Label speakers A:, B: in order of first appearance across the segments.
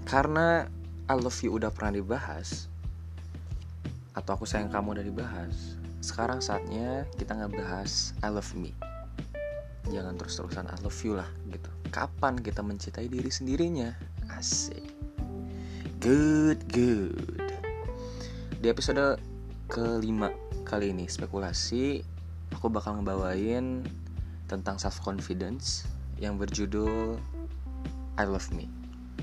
A: Karena I love you udah pernah dibahas, atau aku sayang kamu udah dibahas, sekarang saatnya kita ngebahas I love me. Jangan terus-terusan I love you lah gitu. Kapan kita mencintai diri sendirinya? Asik. Good. Di episode kelima kali ini, spekulasi, aku bakal ngebawain tentang self-confidence yang berjudul I love me.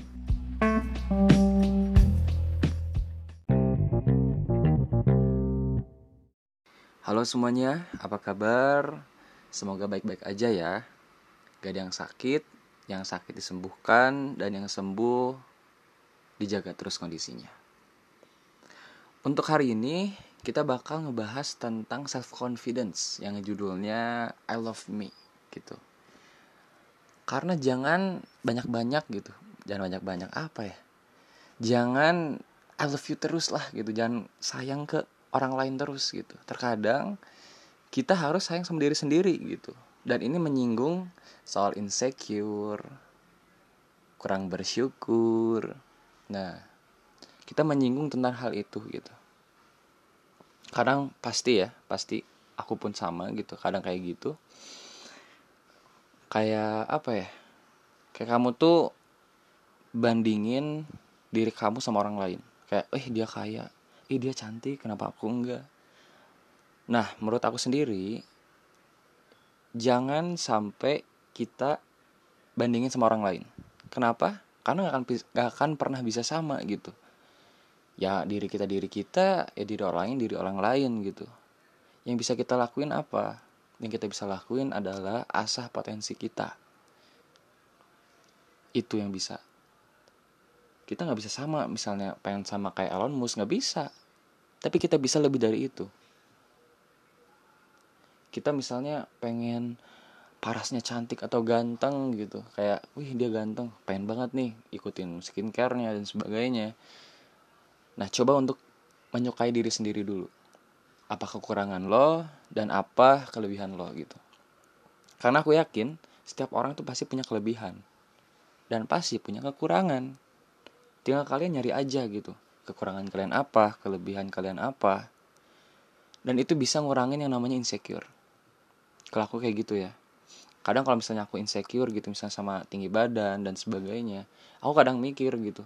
A: Halo semuanya, apa kabar? Semoga baik-baik aja ya. Gak ada yang sakit disembuhkan, dan yang sembuh dijaga terus kondisinya. Untuk hari ini, kita bakal ngebahas tentang self-confidence yang judulnya I love me gitu. Karena jangan banyak-banyak gitu. Jangan banyak-banyak apa ya? Jangan I love you terus lah gitu. Jangan sayang ke orang lain terus gitu. Terkadang kita harus sayang sama diri sendiri gitu. Dan ini menyinggung soal insecure, kurang bersyukur. Nah, kita menyinggung tentang hal itu gitu. Kadang pasti aku pun sama gitu. Kadang kayak gitu. Kayak apa ya? Kayak kamu tuh bandingin diri kamu sama orang lain. Kayak, dia kaya, dia cantik, kenapa aku enggak? Nah, menurut aku sendiri, jangan sampai kita bandingin sama orang lain. Kenapa? Karena gak akan pernah bisa sama gitu. Ya diri kita, ya diri orang lain gitu. Yang bisa kita lakuin apa? Yang kita bisa lakuin adalah asah potensi kita. Itu yang bisa. Kita gak bisa sama, misalnya pengen sama kayak Elon Musk, gak bisa. Tapi kita bisa lebih dari itu. Kita misalnya pengen parasnya cantik atau ganteng gitu, kayak dia ganteng, pengen banget nih ikutin skincare-nya dan sebagainya. Nah, coba untuk menyukai diri sendiri dulu. Apa kekurangan lo dan apa kelebihan lo gitu. Karena aku yakin setiap orang tuh pasti punya kelebihan dan pasti punya kekurangan. Tinggal kalian nyari aja gitu, kekurangan kalian apa, kelebihan kalian apa. Dan itu bisa ngurangin yang namanya insecure. Kalau aku kayak gitu ya. Kadang kalau misalnya aku insecure gitu, misalnya sama tinggi badan dan sebagainya, aku kadang mikir gitu,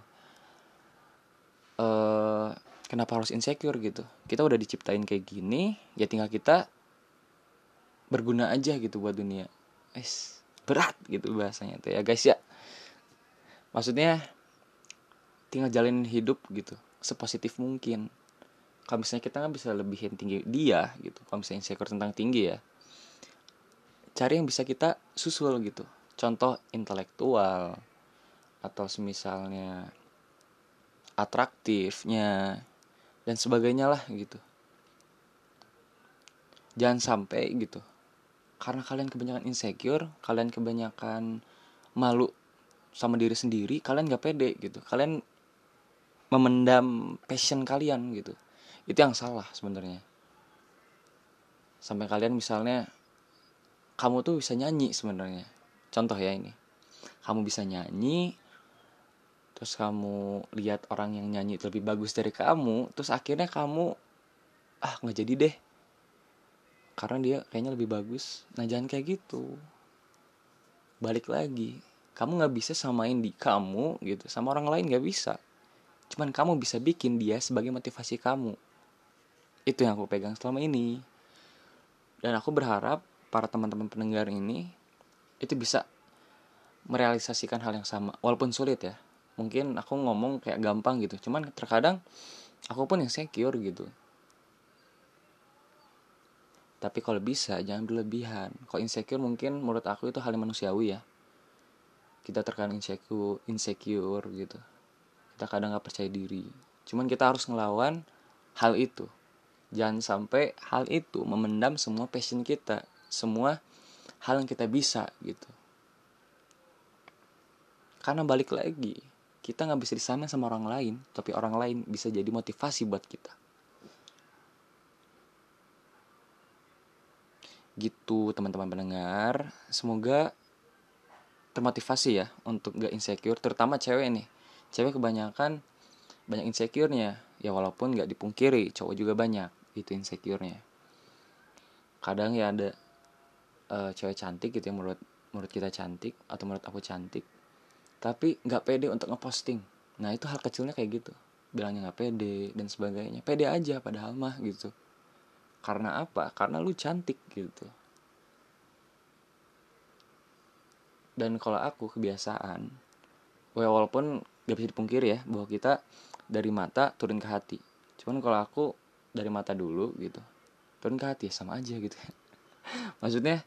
A: kenapa harus insecure gitu? Kita udah diciptain kayak gini, ya tinggal kita berguna aja gitu buat dunia. Berat gitu bahasanya tuh ya guys ya. Maksudnya tinggal jalanin hidup gitu sepositif mungkin. Kalau misalnya kita nggak bisa lebihin tinggi dia gitu, kalau misalnya insecure tentang tinggi ya, cari yang bisa kita susul gitu. Contoh intelektual, atau semisalnya atraktifnya dan sebagainya lah gitu. Jangan sampai gitu, karena kalian kebanyakan insecure, kalian kebanyakan malu sama diri sendiri, kalian gak pede gitu, kalian memendam passion kalian gitu. Itu yang salah sebenarnya. Sampai kalian misalnya, kamu tuh bisa nyanyi sebenarnya. Contoh ya ini, kamu bisa nyanyi, terus kamu lihat orang yang nyanyi lebih bagus dari kamu, terus akhirnya kamu nggak jadi deh karena dia kayaknya lebih bagus. Nah, jangan kayak gitu. Balik lagi, kamu nggak bisa samain di kamu gitu sama orang lain, nggak bisa. Cuman kamu bisa bikin dia sebagai motivasi kamu. Itu yang aku pegang selama ini. Dan aku berharap para teman-teman pendengar ini itu bisa merealisasikan hal yang sama, walaupun sulit ya. Mungkin aku ngomong kayak gampang gitu, cuman terkadang aku pun insecure gitu. Tapi kalau bisa jangan berlebihan. Kalau insecure mungkin menurut aku itu hal yang manusiawi ya. Kita terkadang insecure gitu. Kita kadang gak percaya diri. Cuman kita harus ngelawan hal itu. Jangan sampai hal itu memendam semua passion kita, semua hal yang kita bisa gitu. Karena balik lagi, kita gak bisa disamain sama orang lain, tapi orang lain bisa jadi motivasi buat kita. Gitu teman-teman pendengar. Semoga termotivasi ya untuk gak insecure, terutama cewek nih. Cewek kebanyakan banyak insecure-nya. Ya walaupun gak dipungkiri, cowok juga banyak itu insecure-nya. Kadang ya ada cewek cantik gitu ya, menurut kita cantik atau menurut aku cantik, tapi gak pede untuk ngeposting. Nah itu hal kecilnya kayak gitu, bilangnya gak pede dan sebagainya. Pede aja padahal mah gitu. Karena apa? Karena lu cantik gitu. Dan kalau aku kebiasaan, walaupun gak bisa dipungkiri ya, bahwa kita dari mata turun ke hati. Cuman kalau aku dari mata dulu gitu, turun ke hati, sama aja gitu. Maksudnya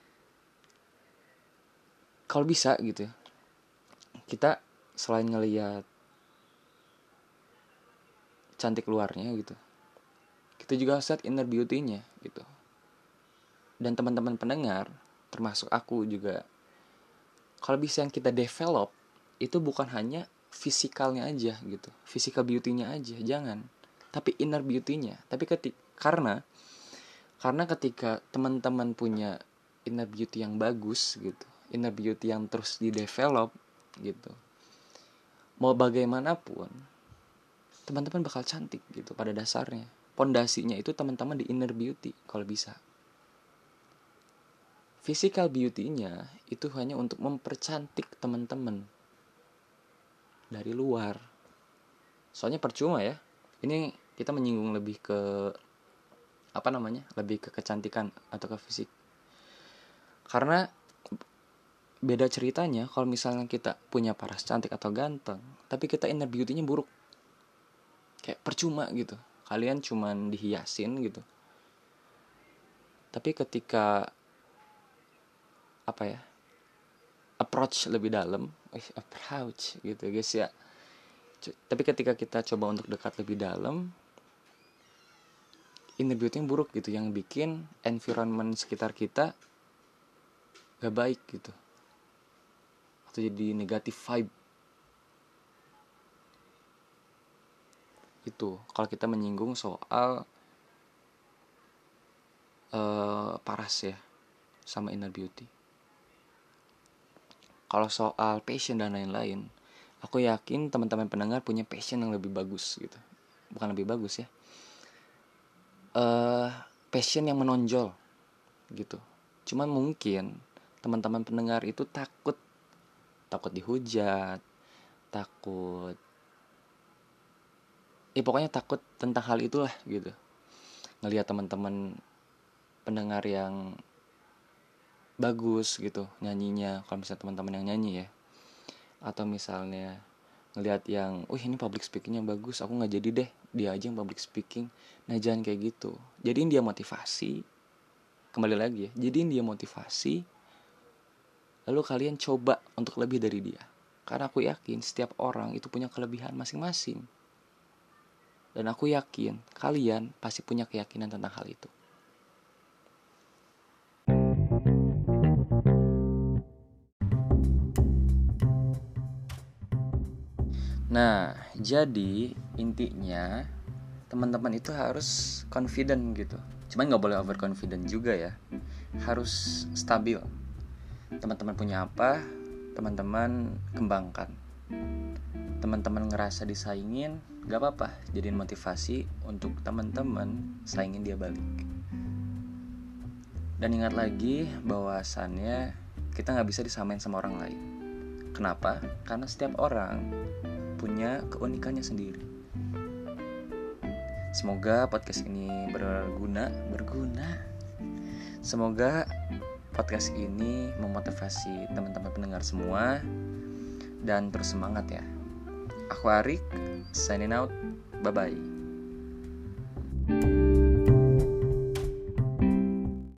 A: kalau bisa gitu, kita selain ngelihat cantik luarnya gitu, kita juga harus lihat inner beauty-nya gitu. Dan teman-teman pendengar, termasuk aku juga, kalau bisa yang kita develop itu bukan hanya fisikalnya aja gitu, physical beauty-nya aja, jangan, tapi inner beauty-nya. Tapi karena ketika teman-teman punya inner beauty yang bagus gitu, inner beauty yang terus di develop gitu, mau bagaimanapun teman-teman bakal cantik gitu. Pada dasarnya pondasinya itu teman-teman di inner beauty. Kalau bisa physical beauty-nya itu hanya untuk mempercantik teman-teman dari luar. Soalnya percuma ya, ini kita menyinggung lebih ke lebih ke kecantikan atau ke fisik. Karena beda ceritanya kalau misalnya kita punya paras cantik atau ganteng, tapi kita inner beauty-nya buruk. Kayak percuma gitu, kalian cuman dihiasin gitu. Tapi ketika approach lebih dalam, approach gitu guys ya. Tapi ketika kita coba untuk dekat lebih dalam, inner beauty yang buruk gitu, yang bikin environment sekitar kita gak baik gitu, atau jadi negatif vibe. Itu kalau kita menyinggung soal paras ya sama inner beauty. Kalau soal passion dan lain-lain, aku yakin teman-teman pendengar punya passion yang lebih bagus gitu. Bukan lebih bagus ya, passion yang menonjol gitu. Cuman mungkin teman-teman pendengar itu takut dihujat, pokoknya takut tentang hal itulah gitu. Ngelihat teman-teman pendengar yang bagus gitu nyanyinya, kalau misalnya teman-teman yang nyanyi ya, atau misalnya ngelihat yang ini public speakingnya bagus, aku nggak jadi deh, dia aja yang public speaking. Nah jangan kayak gitu. Jadiin dia motivasi, kembali lagi ya, jadiin dia motivasi, lalu kalian coba untuk lebih dari dia. Karena aku yakin setiap orang itu punya kelebihan masing-masing, dan aku yakin kalian pasti punya keyakinan tentang hal itu. Nah, jadi intinya teman-teman itu harus confident gitu. Cuman gak boleh overconfident juga ya. Harus stabil. Teman-teman punya apa, teman-teman kembangkan. Teman-teman ngerasa disaingin, gak apa-apa, jadiin motivasi untuk teman-teman saingin dia balik. Dan ingat lagi bahwasannya kita gak bisa disamain sama orang lain. Kenapa? Karena setiap orang punya keunikannya sendiri. Semoga podcast ini berguna. Semoga podcast ini memotivasi teman-teman pendengar semua, dan terus semangat ya. Aku Arik, signing out. Bye-bye.